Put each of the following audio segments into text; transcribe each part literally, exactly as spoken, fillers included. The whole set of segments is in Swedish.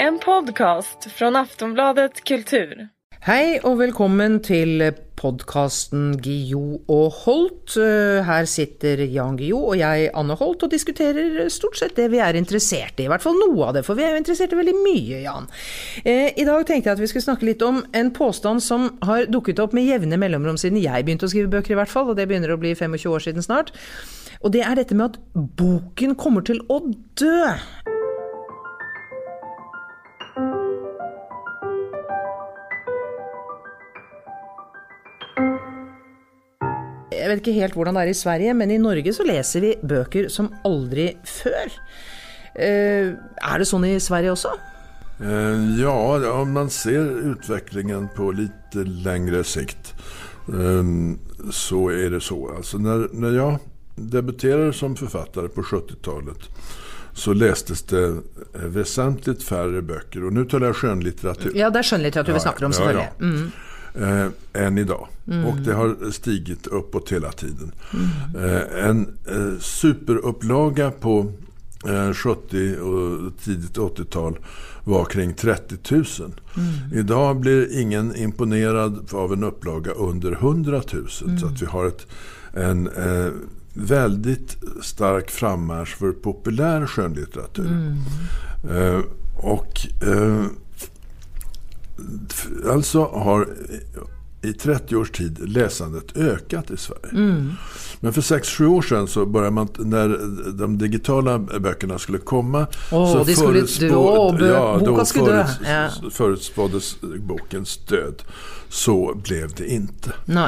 En podcast från Aftonbladet Kultur. Hej och välkommen till podcasten Guillou och Holt. Här sitter Jan Guillou och jag Anne Holt och diskuterar stort sett det vi är intresserade i. I hvert fall noe av det, för vi är ju intresserade väldigt mycket, Jan. Eh, idag tänkte jag att vi skulle snacka lite om en påstand som har dukket upp med jävne mellanrum sedan jag började skriva böcker i hvert fall, och det börjar att bli tjugofem år sedan snart. Och det är detta med att boken kommer till att dö. Jag vet inte helt hvordan det är i Sverige, men i Norge så läser vi böcker som aldrig förr. Uh, är det så i Sverige också? Uh, ja, om man ser utvecklingen på lite längre sikt um, så är det så. Alltså när, när jag debuterade som författare på sjuttiotalet så lästes det väsentligt färre böcker. Och nu talar jag skönlitteratur. Ja, det är skönlitteratur ja, vi snackar om selvfølgelig. Ja, ja. Mm. Eh, än idag. Mm. Och det har stigit uppåt hela tiden. Mm. Eh, en eh, superupplaga på eh, sjuttio och tidigt åttiotal var kring trettio tusen. Mm. Idag blir ingen imponerad av en upplaga under hundra tusen. Mm. Så att vi har ett, en eh, väldigt stark frammarsch för populär skönlitteratur. Mm. Eh, och eh, alltså har i trettio års tid läsandet ökat i Sverige. Mm. Men för sex sju år sedan så började man, när de digitala böckerna skulle komma oh, så det skulle dö, bö, ja, då skulle föruts, dö. Ja. förutspåddes bokens död. Så blev det inte. Nej.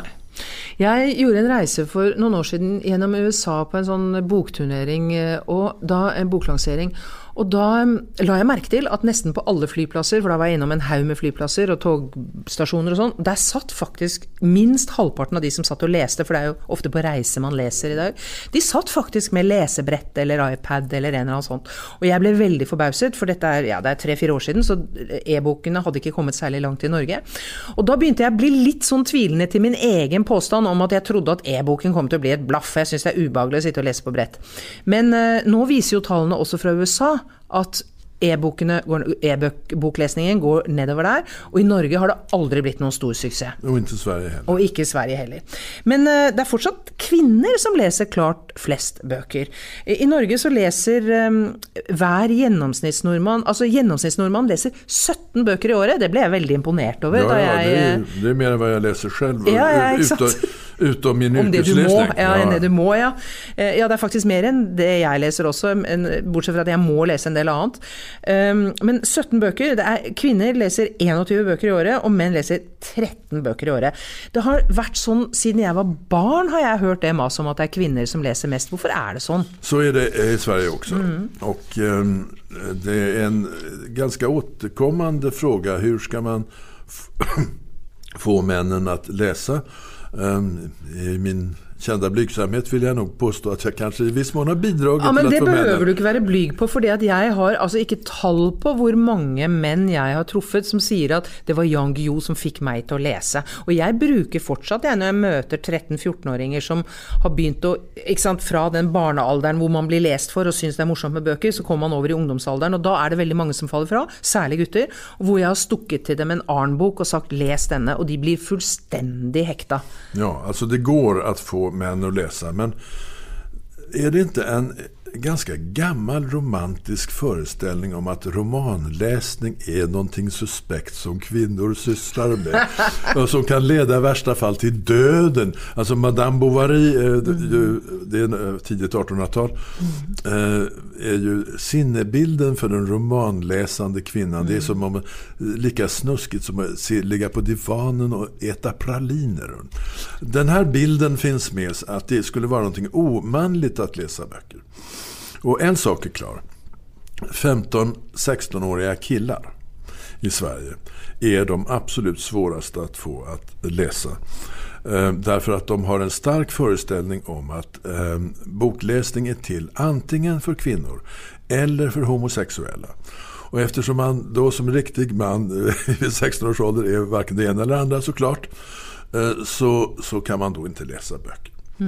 Jag gjorde en resa för några år sedan genom U S A på en sån bokturnering och då en boklansering. Och då la jag märke till att nästan på alla flygplatser, för då var jag inom en haug med flygplatser och tågstationer och sånt, där satt faktiskt minst halvparten av de som satt och läste, för det är ju ofta på resa man läser idag. De satt faktiskt med läsebrett eller iPad eller en eller annan sånt. Och jag blev väldigt förbauset, för detta är, ja, det är tre fyra år sedan, så e-boken hade inte kommit särskilt långt i Norge. Och då började jag bli lite sån tvivlande till min egen påstand om att jag trodde att e-boken kom till att bli ett blaff. Jag syns det är obehagligt att sitta och läsa på brett. Men eh, nu visar ju tallene också från U S A att e-bokene går, e-bokläsningen går nedover där, och i Norge har det aldrig blivit någon stor succé. Och inte i Sverige heller. Och inte i Sverige heller. Men uh, det är fortsatt kvinnor som läser klart flest böcker. I Norge så läser um, hver genomsnittsnorman, alltså genomsnittsnorman läser sjutton böcker i året. Det blev jag väldigt imponerad över. Ja, då ja jag, det, är, det är mer än vad jag läser själv. Ja, ja, utom, utom min om yrkesläsning. Det du må, ja, ja. Det du må, ja. Ja, det är faktiskt mer än det jag läser också, en, bortsett från att jag må läsa en del annat. Um, men sjutton böcker, det är, kvinnor läser tjugoen böcker i året och män läser tretton böcker i året. Det har varit sån sedan jag var barn, har jag hört det mas om att det är kvinnor som läser mest. Varför är det sån? Så är det i Sverige också. Mm. Och um, det är en ganska återkommande fråga, hur ska man f- få männen att läsa? Um, I min kända blygsamhet vill jag nog påstå att jag kanske i viss mån har bidragit ja, men till att det få behöver männen. du inte vara blyg på, för det att jag har alltså inte tall på hur många män jag har truffet som säger att det var Jan Guillou som fick mig till att läsa. Och jag brukar fortsatt när jag möter tretton fjorton-åringar som har begynt att, ikke sant, fra den barnealderen hvor man blir läst för och syns det är morsomt med böcker, så kommer man över i ungdomsaldern, och då är det väldigt många som faller fra, särskilt gutter, och hvor jag har stuckit till dem en Arnbok och sagt läs denna, och de blir fullständigt hekta. Ja, alltså det går att få män att läsa, men är det inte en ganska gammal romantisk föreställning om att romanläsning är någonting suspekt som kvinnor sysslar med och som kan leda i värsta fall till döden? Alltså Madame Bovary, mm. det är tidigt artonhundratal, mm. är ju sinnebilden för den romanläsande kvinnan. Mm. Det är som om lika snuskigt som att ligga på divanen och äta praliner. Den här bilden finns med, att det skulle vara någonting omanligt att läsa böcker. Och en sak är klar. femton-sexton-åriga killar i Sverige är de absolut svåraste att få att läsa. Eh, därför att de har en stark föreställning om att eh, bokläsning är till antingen för kvinnor eller för homosexuella. Och eftersom man då som riktig man vid sexton års ålder är varken det ena eller andra såklart, eh, så, så kan man då inte läsa böcker. Mm.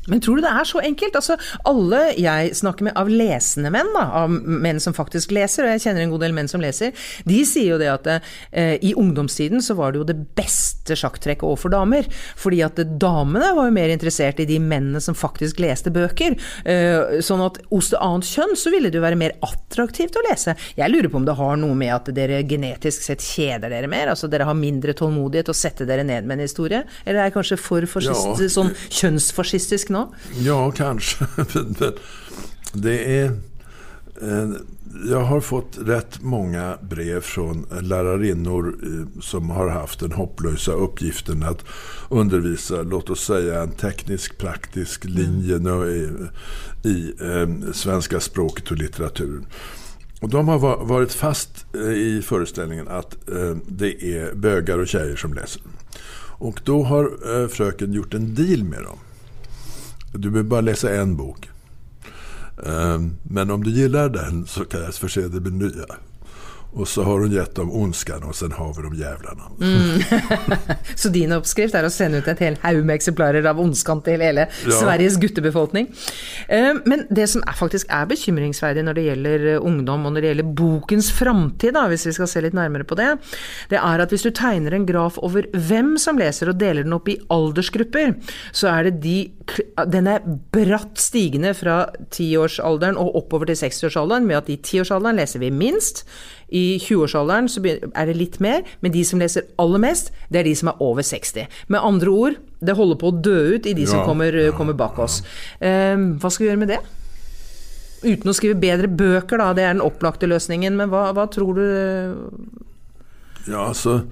Men tror du det er så enkelt? Altså, alle jeg snakker med av lesende menn, da, av menn som faktisk leser, og jeg kjenner en god del menn som leser, de sier jo det at eh, i ungdomstiden så var det jo det beste sjakktrekket overfor damer, fordi at damene var jo mer interessert i de mennene som faktisk leste bøker, eh, sånn at hos det annet kjønn så ville det jo være mer attraktivt å lese. Jeg lurer på om det har noe med at dere genetisk sett kjeder dere mer, altså dere har mindre tålmodighet å sette dere ned med en historie, eller er det kanskje for fascist, ja. Sånn kjønnsfascistisk nå? Ja, kanske. Det är, jag har fått rätt många brev från lärarinnor som har haft den hopplösa uppgiften att undervisa, låt oss säga en teknisk praktisk linje mm. i, i eh, svenska språket och litteraturen. Och de har varit fast i föreställningen att eh, det är bögar och tjejer som läser. Och då har eh, fröken gjort en deal med dem. Du behöver bara läsa en bok. Um, men om du gillar den så kan jag förse dig med nya. Och så har hon gett dem ondskan och sen har vi de jävlarna. Mm. Så din uppskrift är att sända ut ett helt haug med exemplarer av ondskan till hela ja. Sveriges guttebefolkning. Um, men det som är faktiskt är bekymringsvärdigt när det gäller ungdom och när det gäller bokens framtid, då, hvis vi ska se lite närmare på det, det är att hvis du tegner en graf över vem som läser och delar den upp i åldersgrupper, så är det de, den är bratt stigande från tioårsåldern och uppöver till sextioårsåldern, med att i tioårsåldern läser vi minst. I tjueårsåldern så är det lite mer, men de som läser allra mest, det är de som är över sextio. Med andra ord, det håller på att dö ut i de som ja, kommer, ja, kommer bak oss. Ja. Um, vad ska vi göra med det? Utan att skriva bättre böcker då, det är den upplagda lösningen, men vad, vad tror du? Ja, alltså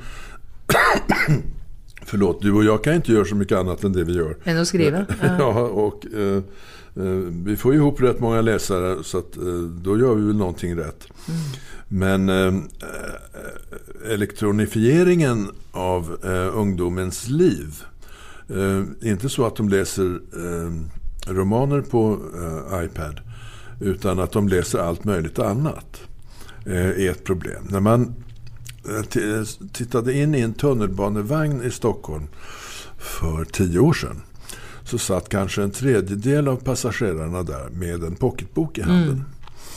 förlåt, du och jag kan inte göra så mycket annat än det vi gör. Än att skriva? Ja, och eh, vi får ju ihop rätt många läsare, så att, eh, då gör vi väl någonting rätt. Mm. Men eh, elektronifieringen av eh, ungdomens liv, eh, inte så att de läser eh, romaner på eh, iPad, utan att de läser allt möjligt annat, eh, är ett problem. När man eh, t- tittade in i en tunnelbanevagn i Stockholm för tio år sedan, så satt kanske en tredjedel av passagerarna där med en pocketbok i handen. Mm.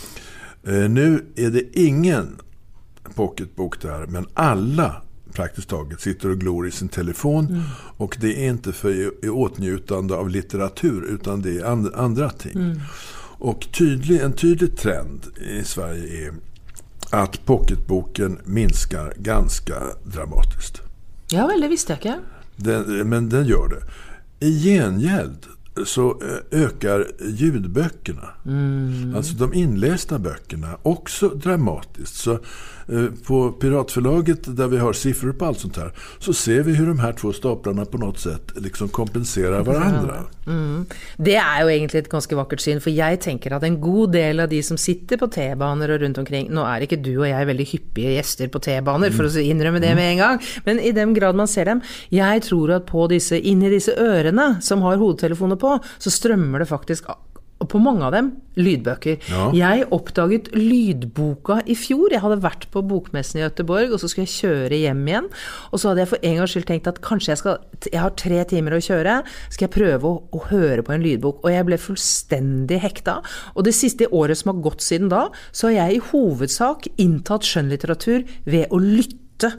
Uh, nu är det ingen pocketbok där, men alla praktiskt taget sitter och glor i sin telefon, mm. och det är inte för i, i åtnjutande av litteratur, utan det är and, andra ting. Mm. Och tydlig, en tydlig trend i Sverige är att pocketboken minskar ganska dramatiskt. Ja, väl, det visste jag inte. Den, men den gör det. I gengäld så ökar ljudböckerna. Mm. Alltså de inlästa böckerna också dramatiskt. Så eh, på Piratförlaget, där vi har siffror på allt sånt här, så ser vi hur de här två staplarna på något sätt liksom kompenserar varandra. Mm. Det är ju egentligen ett ganska vackert syn, för jag tänker att en god del av de som sitter på T-banor och runt omkring, nu är inte du och jag väldigt hyppiga gäster på T-banor, mm. för att inrymma det med en gång, men i den grad man ser dem, jag tror att på disse, in i disse ørene som har hodtelefoner på, så strömmar det faktiskt på många av dem lydböcker. Ja. Jag uppdaget lydboka i fjol. Jag hade varit på bokmässan i Göteborg och så skulle jag köra hem igen. Och så hade jag för en gångs skull tänkt att kanske jag ska, jag har tre timmar att köra, ska jag pröva att, att höra på en lydbok. Och jag blev fullständigt häktad. Och det sista året som har gått sedan då, så har jag i huvudsak intatt skönlitteratur ved att lytte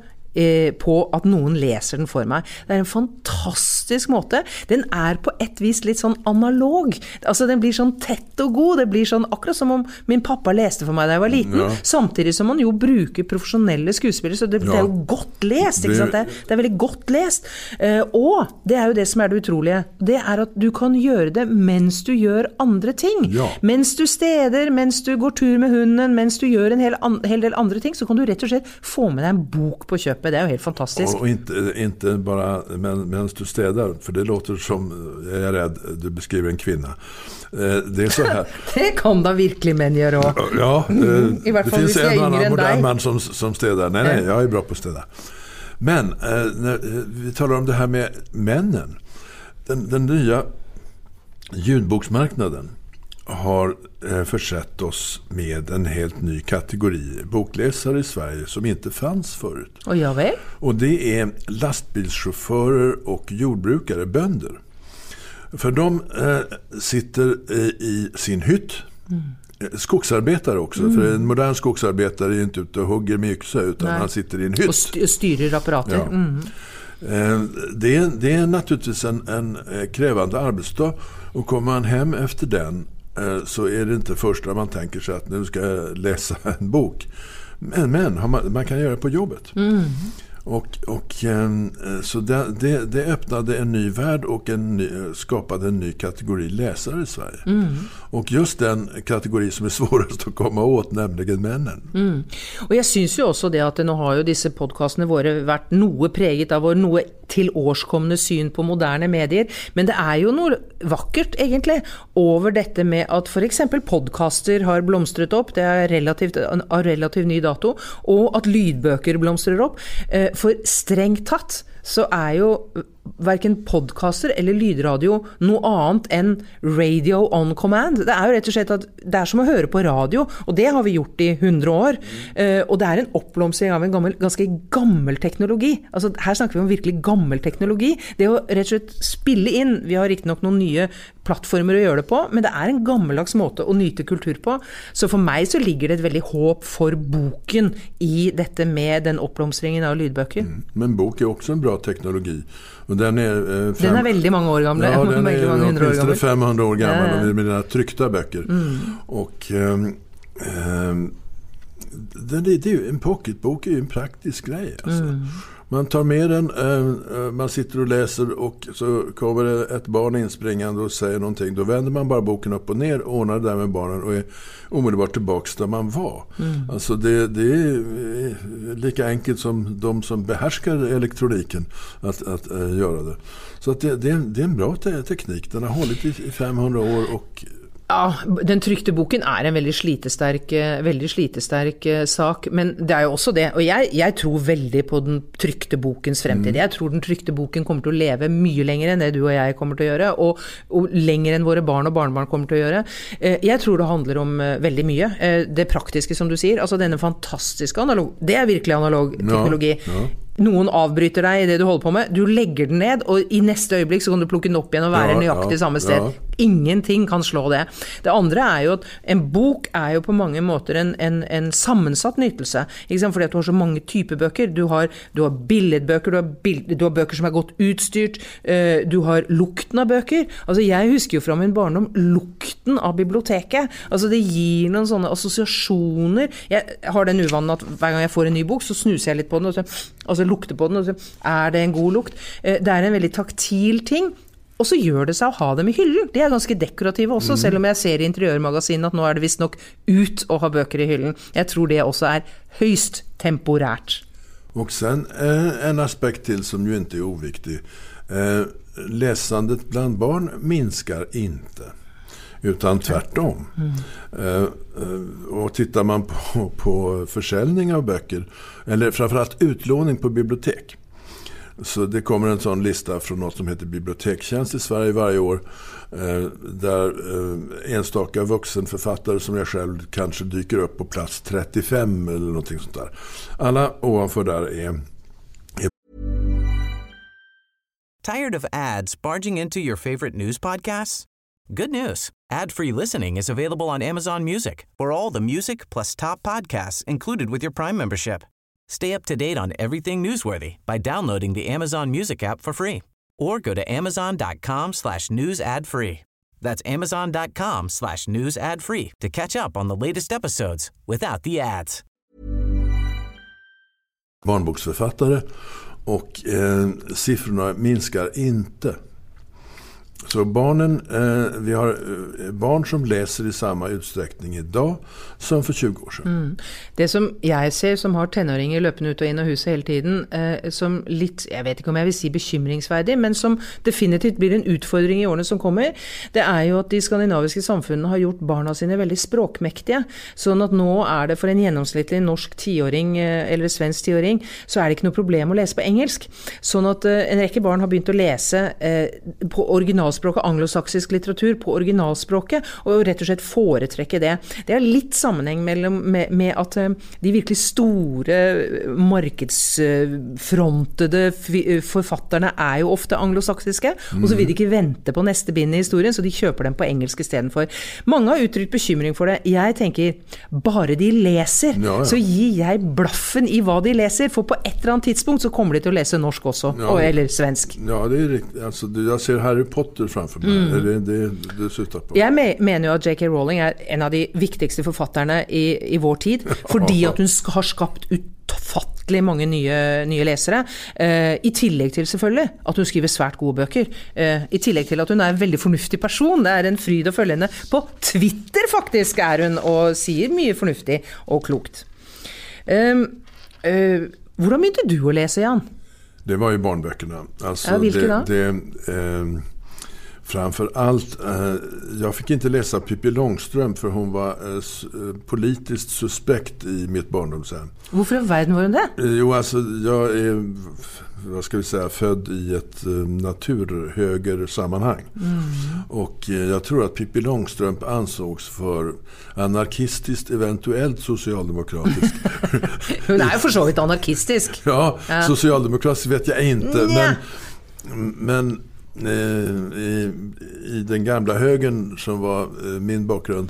på att någon läser den för mig. Det är en fantastisk måte. Den är på ett vis lite sån analog. Alltså den blir sån tätt och god. Det blir sån akkurat som om min pappa läste för mig när jag var liten. Ja. Samtidigt som man ju brukar professionella skådespelare, så det, ja. det är ju gott läst, inte sant? Det, det är väldigt gott läst. Uh, och det är ju det som är det otroliga. Det är att du kan göra det mens du gör andra ting. Ja. Mens du städer, mens du går tur med hunden, mens du gör en hel, an, hel del andra ting, så kan du rätt och slett få med dig en bok på köpet. Det är ju helt fantastiskt. Och inte, inte bara men, medan du städar, för det låter som, jag är rädd, du beskriver en kvinna. Det är så här. Det kan da virkelig män göra. Ja, mm, i det finns en annan modern man som, som städar. Nej, nej, jag är bra på att städa. Men när vi talar om det här med männen. Den, den nya ljudboksmarknaden har försett oss med en helt ny kategori bokläsare i Sverige som inte fanns förut. Och jag vet. Och det är lastbilschaufförer och jordbrukare, bönder. För de eh, sitter i, i sin hytt. Mm. Skogsarbetare också, mm. för en modern skogsarbetare är inte ute och hugger med yxa utan Nej. han sitter i en hytt. Och styr, styr apparater. Ja. Mm. Eh, det, är, det är naturligtvis en, en krävande arbetsdag, och kommer man hem efter den eh, så är det inte första man tänker sig att nu ska jag läsa en bok. Men, men man, man kan göra det på jobbet. Mm. Och, och så det, det, det öppnade en ny värld och en ny, skapade en ny kategori läsare i Sverige. Mm. Och just den kategori som är svårast att komma åt, nämligen männen. Mm. Och jag syns ju också det att nu har ju dessa podcastene våre varit något preget av vår något tilårskomne syn på moderne medier, men det är ju något vackert egentligen över detta med att för exempel podcaster har blomstrat upp, det är relativt av relativt ny dato, och att lydböcker blomstrar upp. För strängt tatt så är ju varken podcaster eller lydradio något annat än radio on command. Det är ju rätt och slett att det är som att höra på radio, och det har vi gjort i hundra år. Mm. Uh, och det är en uppblomstring av en gammel, ganska gammal teknologi. Alltså här snackar vi om verkligen gammal teknologi. Det är ju rätt och slett spilla in. Vi har riktigt nog några nya plattformar att göra det på, men det är en gammaldags måte att nyta kultur på. Så för mig så ligger det ett väldigt hopp för boken i detta med den uppblomstringen av lydböcker. Mm. Men bok är också en bra teknologi. Och den är eh, fem... den är väldigt många år gammal. Ja, den är åtminstone femhundra år gammal ja. med mina tryckta böcker. Mm. Och eh, eh, det, det är ju en pocketbok är ju en praktisk grej. Alltså. Mm. Man tar med den, eh, man sitter och läser, och så kommer det ett barn inspringande och säger någonting. Då vänder man bara boken upp och ner, ordnar det där med barnen och är omedelbart tillbaka där man var. Mm. Alltså det, det är lika enkelt som de som behärskar elektroniken att, att äh, göra det. Så att det, det, är en, det är en bra te- teknik. Den har hållit i, i femhundra år och... Ja, den tryckte boken är en väldigt slitestark, väldigt slitestark sak, men det är ju också det, och jag, jag tror väldigt på den tryckte bokens framtid. Mm. Jag tror den tryckte boken kommer att leva mycket längre än det du och jag kommer att göra, och, och längre än våra barn och barnbarn kommer att göra. Jag tror det handlar om väldigt mycket. Det praktiska som du säger, alltså denna fantastiska analog, det är verkligen analog teknologi. Ja, ja. Någon avbryter dig i det du håller på med. Du lägger den ned, och i nästa ögonblick så kan du plocka den upp igen och vara ja, nöjakt ja, i samma sted. Ja. Ingenting kan slå det. Det andra är ju att en bok är ju på många måter en, en, en sammansatt nyttelse. Liksom för att du har så många typer böcker. Du har, du har bildböcker, du har, bild, du har böcker som är gott utstyrt, uh, du har lukten av böcker. Alltså jag husker ju från min barndom lukten av biblioteket. Alltså det ger någon sådana associationer. Jag har den uvanen att varje gång jag får en ny bok så snusar jag lite på den och så, och så lukter på den och så är det en god lukt. Uh, det är en väldigt taktil ting. Och så gör det sig att ha dem i hyllen. Det är ganska dekorativa också, mm. Även om jag ser i interiörmagasin att nu är det visst nog ut att ha böcker i hyllen. Jag tror det också är högst temporärt. Och sen eh, en aspekt till som ju inte är oviktig. Eh, läsandet bland barn minskar inte, utan tvärtom. Mm. Eh, och tittar man på, på försäljning av böcker, eller framförallt utlåning på bibliotek, så det kommer en sån lista från något som heter Bibliotekstjänst i Sverige varje år, eh, där eh, enstaka vuxenförfattare som jag själv kanske dyker upp på plats trettiofem eller någonting sånt där. Alla ovanför där är, är... Tired of ads barging into your favorite news podcasts? Good news. Ad-free listening is available on Amazon Music for all the music plus top podcasts included with your Prime membership. Stay up to date on everything newsworthy by downloading the Amazon Music app for free or go to amazon.com slash news ad free. That's amazon.com slash news ad free to catch up on the latest episodes without the ads. Barnboksförfattare och eh, siffrorna minskar inte. Så barnen, eh, vi har eh, barn som läser i samma utsträckning idag som för tjugo år sedan. Mm. Det som jag ser som har tenåringer löpande ut och in av huset hela tiden, eh, som lite, jag vet inte om jag vill säga bekymringsvärdig, men som definitivt blir en utfordring i åren som kommer, det är ju att de skandinaviska samfunden har gjort barna sina väldigt språkmäktiga. Så att nu är det för en genomsnittlig norsk tioåring eh, eller svensk tioåring så är det inte något problem att läsa på engelsk. Så att eh, en räcka barn har begynt att läsa eh, på original originalspråket, anglosaksisk litteratur på originalspråket, og rett og slett foretrekke det. Det er litt sammenheng mellom, med, med at de virkelig store markedsfrontede forfatterne er jo ofte anglosaksiske, og så vil de ikke vente på neste bind i historien, så de kjøper dem på engelsk i stedet for. Mange har uttrykt bekymring for det. Jeg tenker, bare de leser, ja, ja. Så gir jeg blaffen i hva de leser, for på et eller annet tidspunkt så kommer de til å lese norsk også, ja, eller svensk. Ja, det är riktigt. Alltså, jag ser Harry Potter framför mig. Mm. Det, det, det slutar på. Jeg mener jo at J K Rowling er en av de viktigste forfatterne i, i vår tid, fordi at hun har skapt utfattelig mange nye, nye lesere, uh, i tillegg til selvfølgelig at hun skriver svært gode bøker, uh, i tillegg til at hun er en veldig fornuftig person. Det er en fryd å følge henne. På Twitter faktisk er hun, og sier mye fornuftig og klokt. Um, uh, hvordan begynte du å lese, Jan? Det var ju barnböckerna. Alltså ja, vilka det, då? Det, eh, framför allt, eh, jag fick inte läsa Pippi Långstrump för hon var eh, politiskt suspekt i mitt barndomshem. Varför i världen var hon det? Eh, jo, alltså jag är, vad ska vi säga, född i ett eh, naturhögersammanhang. Mm. Och eh, jag tror att Pippi Långstrump ansågs för anarkistiskt, eventuellt socialdemokratisk. Hon är ju för så vitt anarkistisk. Ja, ja, socialdemokratisk vet jag inte. Nja. Men, men eh, i, i den gamla högern som var eh, min bakgrund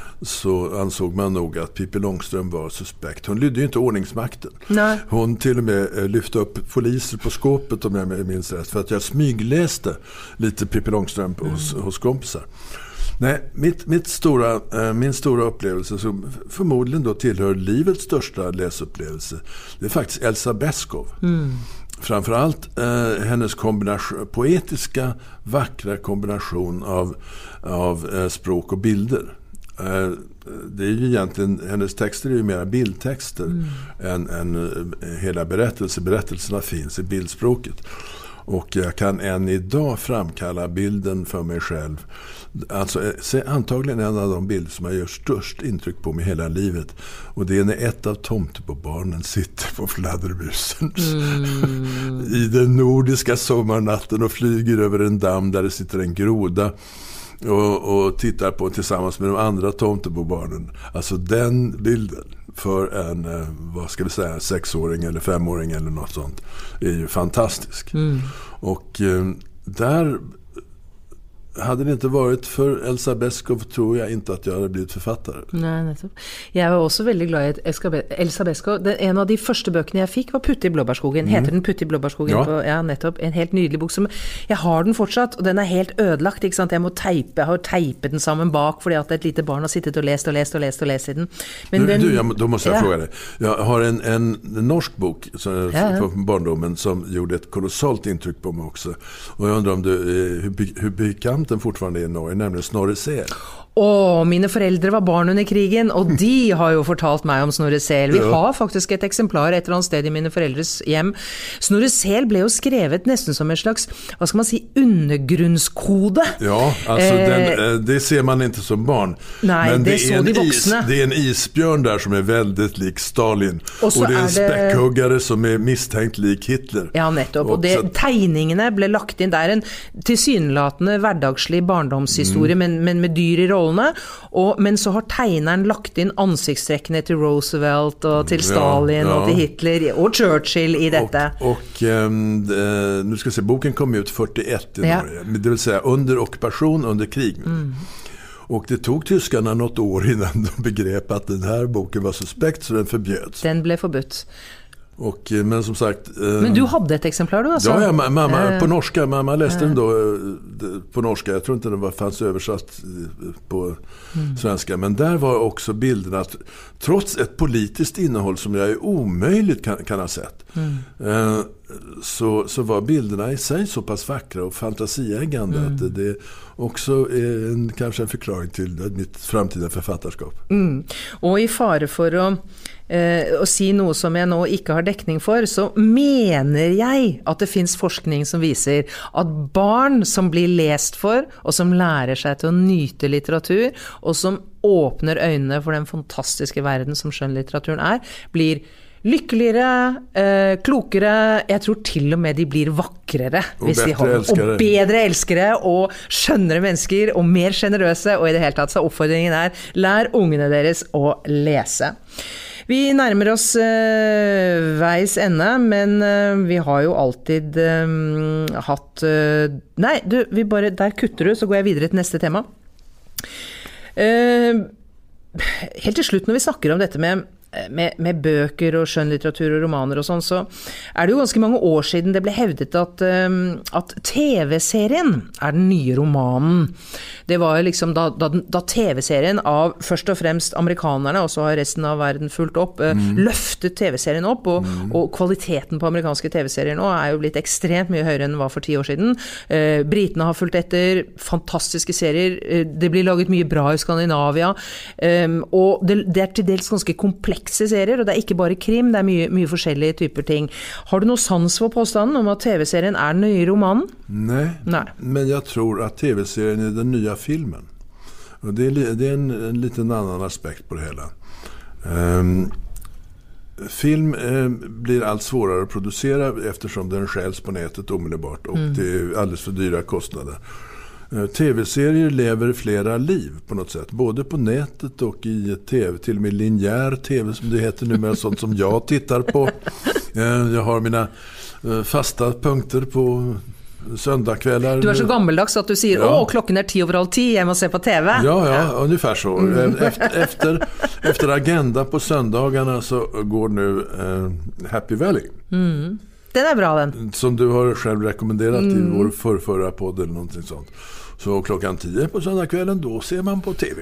så ansåg man nog att Pippi Långstrump var suspekt. Hon lydde ju inte ordningsmakten. Nej. Hon till och med eh, lyfte upp poliser på skåpet om jag minns rätt, för att jag smygläste lite Pippi Långstrump mm. hos, hos kompisar. Nej, mitt, mitt stora, eh, min stora upplevelse som förmodligen då tillhör livets största läsupplevelse, det är faktiskt Elsa Beskow. Mm. Framförallt eh, hennes kombination, poetiska, vackra kombination av, av eh, språk och bilder. Eh, det är ju egentligen, hennes texter är ju mera bildtexter mm. än, än eh, hela berättelser. Berättelserna finns i bildspråket. Och jag kan än idag framkalla bilden för mig själv. Alltså antagligen en av de bilder som jag gör störst intryck på mig hela livet. Och det är när ett av tomtebobarnen sitter på fladdermusen mm. i den nordiska sommarnatten och flyger över en damm där det sitter en groda och, och tittar på tillsammans med de andra tomtebobarnen. Alltså den bilden för en, vad ska vi säga, sexåring eller femåring eller något sånt är ju fantastisk. Mm. Och eh, där hade det inte varit för Elsa Beskow tror jag inte att jag hade blivit författare. Nej, nettopp. Jag var också väldigt glad i Elsa Beskow. Den, en av de första böckerna jag fick var Putte i blåbærskogen. Mm. Heter den Putte i blåbærskogen? Ja. På, ja, nettopp. En helt nydelig bok som jag har den fortsatt, och den är helt ödelagt, ikke sant? Jag må teipe, jag har teipet den sammen bak fordi att ett litet barn har sittit och läst och läst och läst och läst i den. Men du, den, du, jag, då måste jag ja. fråga dig. Jag har en, en norsk bok så, ja, ja. på barndomen som gjorde ett kolossalt intryck på mig också. Och jag undrar om du, hur, hur bekant den fortfarande är i Norge, nämligen Snorre Sel. Åh, mine foreldre var barn under krigen, og de har jo fortalt meg om Snorre Sel. Vi ja. har faktisk et eksemplar et eller annet sted i mine foreldres hjem. Snorre Sel ble jo skrevet nesten som en slags, vad ska man si, undergrunnskode. Ja, alltså eh, den, det ser man inte som barn. Nej, men det, det är så en de vuxna. Is, det är en isbjörn där som är väldigt lik Stalin. Och, och det är en späckhuggare det... som är misstänkt lik Hitler. Ja, nettopp. Og, og det, så... tegningene ble lagt inn. Det er en tilsynelatende hverdagslig barndomshistorie, mm. men, men med dyr i rollen. Og, men så har tegneren lagt inn ansiktstrekkene til Roosevelt og til Stalin ja, ja. og til Hitler og Churchill i dette. Och, och um, det, nu ska jag se, boken kom ut fyrtioett i ja. Norge, det vill säga under ockupation, under krig. Mm. Och det tog tyskarna något år innan de begrep att den här boken var suspekt, så den förbjöds. Den blev förbudt. Och, men som sagt... Eh, men du hade ett exemplar då alltså? Ja, ja mamma, äh, på norska. Mamma läste äh. den då på norska. Jag tror inte den var, fanns översatt på mm. svenska. Men där var också bilden att trots ett politiskt innehåll som jag är omöjligt kan, kan ha sett mm. eh, så, så var bilderna i sig så pass vackra och fantasiäggande mm. att det också är en, kanske en förklaring till mitt framtida författarskap. Mm. Och i fare för att Eh, å si noe som jeg nå ikke har dekning for, så mener jeg at det finns forskning som viser at barn som blir lest for, og som lærer seg til å nyte litteratur, og som åpner øynene for den fantastiske verden som skjønnlitteraturen er, blir lykkeligere, eh, klokere, jeg tror til og med de blir vakrere. Og bedre har, elskere. Og bedre elskere, og skjønnere mennesker, og mer generøse, og i det hele tatt så oppfordringen er, lær ungene deres å lese. Vi nærmer oss eh, veis ende, men eh, vi har jo alltid eh, hatt... Eh, nei, du, vi bare, der kutter du, så går jeg videre til neste tema. Eh, helt til slutt, når vi snakker om dette med Med, med bøker og skjønnlitteratur og romaner og sånn, så er det jo ganske mange år siden det ble hevdet at, um, at T V-serien er den nye romanen. Det var liksom da, da, da T V-serien av først og fremst amerikanerne, og så har resten av verden fulgt opp, uh, mm. løftet T V-serien opp, og, mm. og kvaliteten på amerikanske T V-serier nå er jo blitt ekstremt mye høyere enn den var for ti år siden. Uh, Britene har fulgt etter, fantastiske serier, uh, det blir laget mye bra i Skandinavia, um, og det, det er til dels ganske komplekse serier, og det er ikke bare krim, det er mye, mye forskjellige typer ting. Har du noe sans for påstanden om at T V-serien er den nye romanen? Nej, Nej. Men jag tror att T V-serien är den nya filmen. Och det är, det är en, en liten annan aspekt på det hela. Um, film eh, blir allt svårare att producera eftersom den skäls på nätet omedelbart och mm. det är alldeles för dyra kostnader. T V-serier lever flera liv på något sätt, både på nätet och i tv, till och med linjär tv som det heter numera, sånt som jag tittar på. Jag har mina fasta punkter på söndagkvällar. Du är så gammeldags att du säger, ja. Åh, klockan är tio över halv tio, jag måste se på tv. Ja, ja, ja. Ungefär så. Mm. Efter, efter, efter Agenda på söndagarna så går nu eh, Happy Valley. Mm. Den är bra den. Som du har själv rekommenderat mm. i vår förrförra podd eller någonting sånt. Så klockan tio på söndagskvällen, då ser man på tv.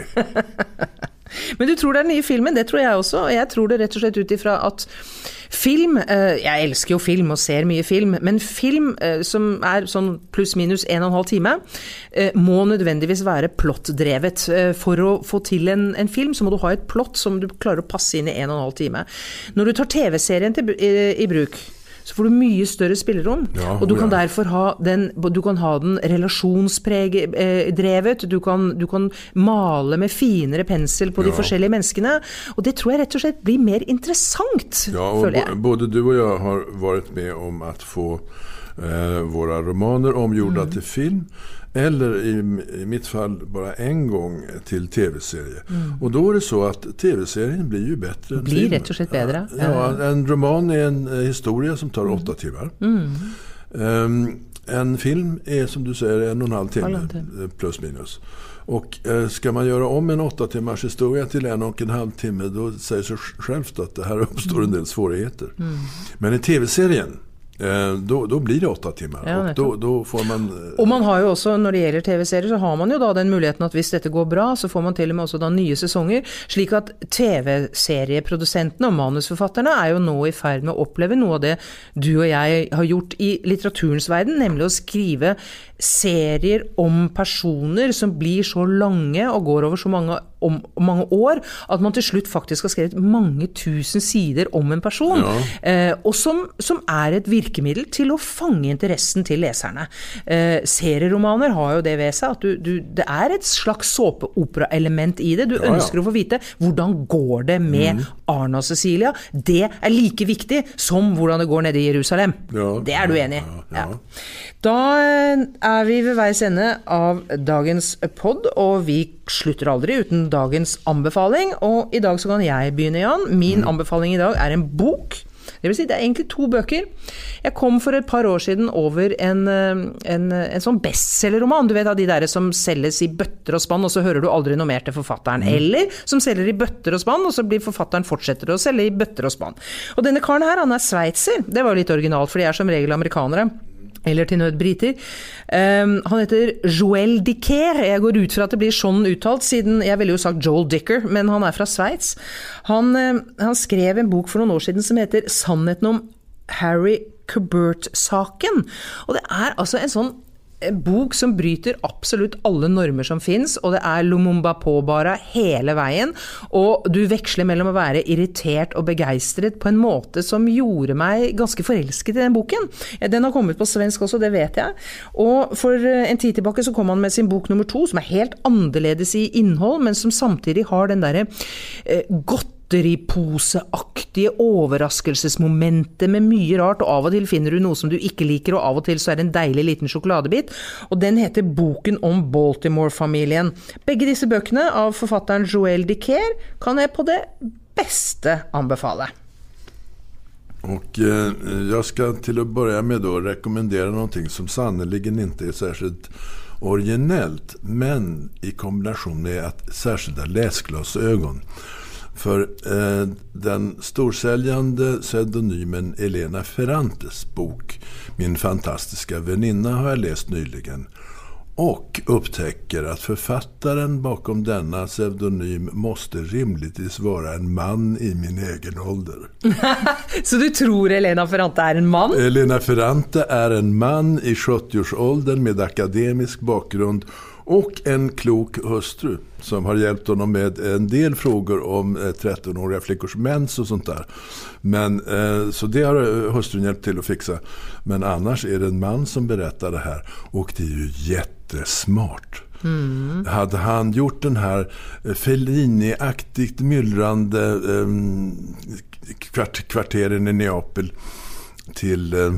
Men du tror det är den nya filmen, det tror jag också. Jag tror det rätt och slett utifrån att film, eh, jag älskar ju film och ser mycket film, men film eh, som är sån plus minus en och en halv timme eh, må nödvändigtvis vara plottdrevet. Eh, för att få till en, en film så må du ha ett plott som du klarar att passa in i en och en halv timme. När du tar tv-serien till, i, i bruk, så får du mye større spillerom, ja, og du kan ja. derfor ha den, du kan ha den relasjonsdrevet, du kan, du kan male med finere pensel på ja. de forskjellige menneskene, og det tror jeg rett og slett blir mer interessant, ja, och føler jeg. Både du och jag har varit med om att få eh, våra romaner omgjorda mm. till film, eller i, i mitt fall bara en gång till tv-serie. Mm. Och då är det så att tv-serien blir ju bättre än blir filmen. Rätt och slett bättre. Ja, en roman är en historia som tar mm. åtta timmar. Mm. Um, en film är som du säger en och en halv timme plus minus. Och eh, ska man göra om en åtta timmars historia till en och en halv timme, då säger sig självt att det här uppstår en del svårigheter. Mm. Men i tv-serien Då, då blir det åtta timmar ja, och då, då får man... Och man har ju också, när det gäller tv-serier så har man ju då den möjligheten att hvis detta går bra så får man till och med också då nya säsonger, slik att tv-serieproducenterna och manusförfattarna är ju nu i färd med att uppleva något av det du och jag har gjort i litteraturens världen, nämligen att skriva serier om personer som blir så långa och går över så många om många år att man till slut faktiskt har skrivit många tusen sidor om en person ja. eh, och som som är ett virkemiddel till att fånga interessen till läsarna. Eh, serieromaner har ju det ved sig att du, du det är ett slags såpeopera element i det. Du ja, önskar ja. att få veta hur går det med mm. Arne och Cecilia. Det är lika viktigt som hur det går nere i Jerusalem. Ja, det är du enig i. Ja, ja. Ja. Då är vi vid vägs ände av dagens podd och vi slutter aldrig utan dagens anbefaling, och i dag så kan jag begynne, Jan. Min mm. anbefaling i dag är en bok. Det vill säga det är egentligen två böcker. Jag kom för ett par år sedan över en en en sån bestsellerroman, du vet av de där som säljs i bötter och spann och så hör du aldrig något mer till författaren mm. eller som säljer i bötter och spann och så blir författaren fortsätter att sälja i bötter och spann. Och denne karln här, han är schweizer. Det var ju lite originalt för de är som regel amerikanare. Eller till nød briter. Um, han heter Joel Dicker. Jeg går ut fra at det blir sånn uttalt, siden jeg ville jo sagt Joel Dicker, men han er fra Schweiz. Han, uh, han skrev en bok for noen år siden som heter Sannheten om Harry Quebert-saken. Og det er altså en sånn en bok som bryter absolutt alle normer som finns, og det er Lumumba påbara hele veien, og du veksler mellom å være irritert og begeistret på en måte som gjorde meg ganske forelsket i den boken. Den har kommet på svensk også, det vet jeg. Og for en tid tilbake så kom han med sin bok nummer to, som er helt annerledes i innhold, men som samtidig har den der eh, godt godteriposeaktige overraskelsesmomenter med mye rart, og av og til finner du noe som du ikke liker, og av og til så er det en deilig liten sjokoladebit, og den heter Boken om Baltimore-familien. Begge disse bøkene av forfatteren Joël Dicker kan jeg på det bästa anbefala. Och eh, jag ska till att börja med då rekommendera någonting som sannoliken inte är särskilt originellt, men i kombination med att särskilda läsglasögon. För eh, den storsäljande pseudonymen Elena Ferrantes bok Min fantastiska väninna har jag läst nyligen. Och upptäcker att författaren bakom denna pseudonym måste rimligtvis vara en man i min egen ålder. Så du tror Elena Ferrante är en man? Elena Ferrante är en man i sjuttio-årsåldern med akademisk bakgrund och en klok hustru som har hjälpt honom med en del frågor om trettonåriga flickors mens och sånt där. Men, eh, så det har hustrun hjälpt till att fixa. Men annars är det en man som berättar det här, och det är ju jättesmart. Mm. Hade han gjort den här Fellini-aktigt myllrande eh, kvart, kvarteren i Neapel till eh,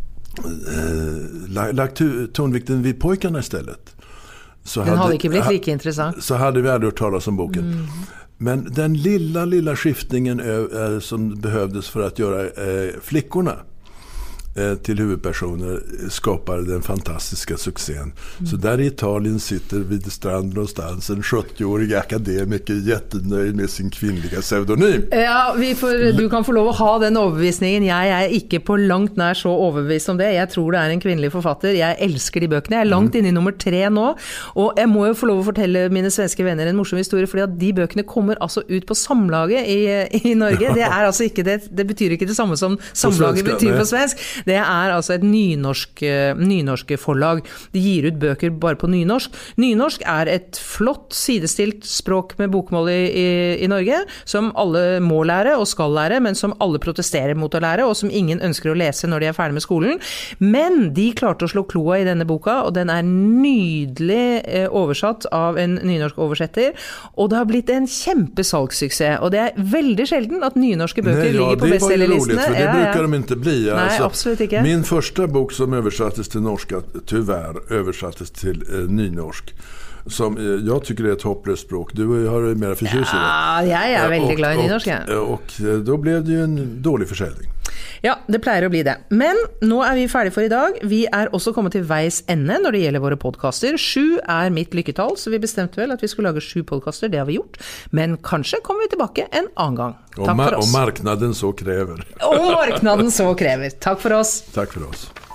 eh, lagt tonvikten vid pojkarna istället. Så den hade inte blivit lika intressant. Så hade vi aldrig hört talas om boken. Mm. Men den lilla, lilla skiftningen ö, som behövdes för att göra eh, flickorna eh, till huvudpersoner skapar den fantastiska succén. Mm. Så där i Italien sitter vid stranden någonstans en sjuttio-årig akademiker jättenöjd med sin kvinnliga pseudonym. Ja, vi får, du kan få lov att ha den överbevisningen. Jag är inte på långt när så överbevis om det. Jag tror det är en kvinnlig författare. Jag älskar de böckerna. Jag är långt mm. inne i nummer tre nu. Och jag må ju få lov att fortälla mina svenska vänner en morsom historia, för att de böckerna kommer alltså ut på samlaget i, i Norge. Det är alltså inte det, det betyder inte det samma som samlaget betyder på svensk. Det är alltså ett nynorsk, nynorsk förlag. De ger ut böcker bara på nynorsk. Nynorsk är ett flott sidestilt språk med bokmål i, i, i Norge, som alla må lära och ska lära, men som alla protesterar mot att lära, och som ingen önskar att läsa när de är färdiga med skolan. Men de klarte att slå kloa i denna boka, och den är nydelig eh, översatt av en nynorsk översättare, och det har blivit en kämpesalgssuccé, och det är väldigt sällan att nynorska böcker Nej, ja, ligger på bestsellerlistorna. För det ja, brukar ja. de inte bli. Nej, alltså, absolut inte. Min första bok som översattes till norska, tyvärr översattes till eh, nynorsk, som eh, jag tycker är ett hopplöst språk. Du har ju mer förtjus i det. Ja, jag är väldigt och, glad i nynorska. Och, och, och då blev det ju en dålig försäljning. Ja, det pleier å bli det. Men nå er vi ferdige for i dag. Vi er også kommet til veis ende når det gjelder våre podcaster. Sju er mitt lykketall, så vi bestemte vel at vi skulle lage sju podcaster. Det har vi gjort. Men kanskje kommer vi tilbake en annen gang. Takk for oss. Og marknaden så krever. Og marknaden så krever. Takk for oss. Takk for oss.